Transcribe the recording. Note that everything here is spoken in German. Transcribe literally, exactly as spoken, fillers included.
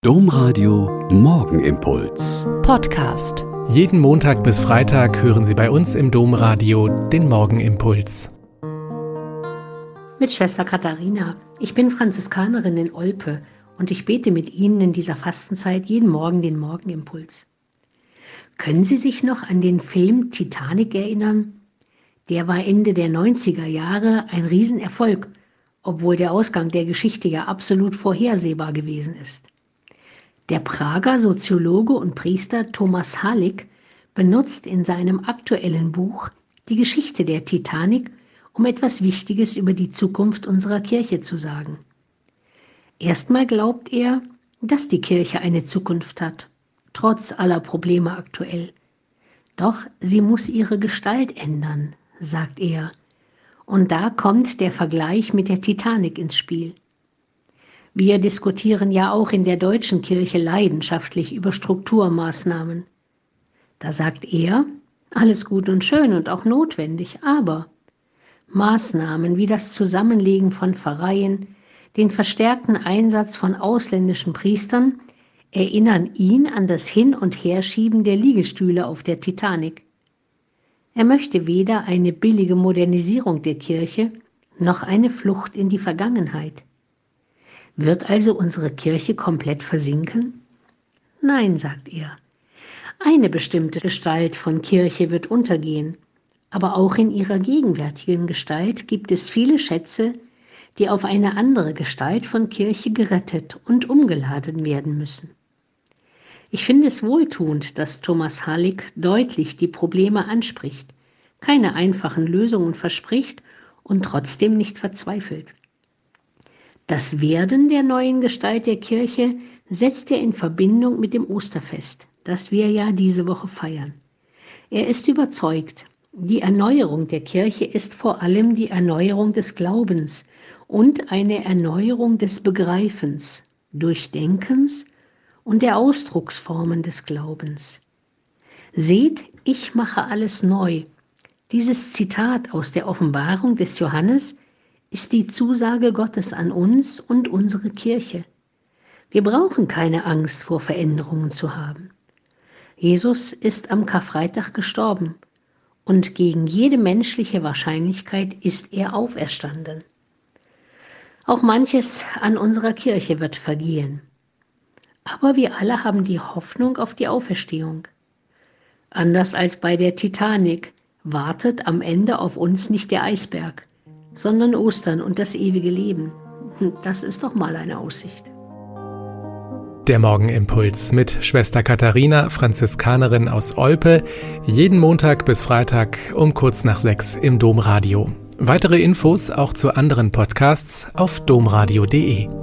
Domradio Morgenimpuls. Podcast. Jeden Montag bis Freitag hören Sie bei uns im Domradio den Morgenimpuls. Mit Schwester Katharina. Ich bin Franziskanerin in Olpe und ich bete mit Ihnen in dieser Fastenzeit jeden Morgen den Morgenimpuls. Können Sie sich noch an den Film Titanic erinnern? Der war Ende der neunziger Jahre ein Riesenerfolg, obwohl der Ausgang der Geschichte ja absolut vorhersehbar gewesen ist. Der Prager Soziologe und Priester Thomas Halik benutzt in seinem aktuellen Buch die Geschichte der Titanic, um etwas Wichtiges über die Zukunft unserer Kirche zu sagen. Erstmal glaubt er, dass die Kirche eine Zukunft hat, trotz aller Probleme aktuell. Doch sie muss ihre Gestalt ändern, sagt er. Und da kommt der Vergleich mit der Titanic ins Spiel. Wir diskutieren ja auch in der deutschen Kirche leidenschaftlich über Strukturmaßnahmen. Da sagt er, alles gut und schön und auch notwendig, aber Maßnahmen wie das Zusammenlegen von Pfarreien, den verstärkten Einsatz von ausländischen Priestern erinnern ihn an das Hin- und Herschieben der Liegestühle auf der Titanic. Er möchte weder eine billige Modernisierung der Kirche noch eine Flucht in die Vergangenheit. Wird also unsere Kirche komplett versinken? Nein, sagt er. Eine bestimmte Gestalt von Kirche wird untergehen, aber auch in ihrer gegenwärtigen Gestalt gibt es viele Schätze, die auf eine andere Gestalt von Kirche gerettet und umgeladen werden müssen. Ich finde es wohltuend, dass Thomas Halik deutlich die Probleme anspricht, keine einfachen Lösungen verspricht und trotzdem nicht verzweifelt. Das Werden der neuen Gestalt der Kirche setzt er in Verbindung mit dem Osterfest, das wir ja diese Woche feiern. Er ist überzeugt, die Erneuerung der Kirche ist vor allem die Erneuerung des Glaubens und eine Erneuerung des Begreifens, Durchdenkens und der Ausdrucksformen des Glaubens. Seht, ich mache alles neu. Dieses Zitat aus der Offenbarung des Johannes ist die Zusage Gottes an uns und unsere Kirche. Wir brauchen keine Angst vor Veränderungen zu haben. Jesus ist am Karfreitag gestorben und gegen jede menschliche Wahrscheinlichkeit ist er auferstanden. Auch manches an unserer Kirche wird vergehen. Aber wir alle haben die Hoffnung auf die Auferstehung. Anders als bei der Titanic wartet am Ende auf uns nicht der Eisberg, sondern Ostern und das ewige Leben. Das ist doch mal eine Aussicht. Der Morgenimpuls mit Schwester Katharina, Franziskanerin aus Olpe, jeden Montag bis Freitag um kurz nach sechs im Domradio. Weitere Infos auch zu anderen Podcasts auf domradio punkt de.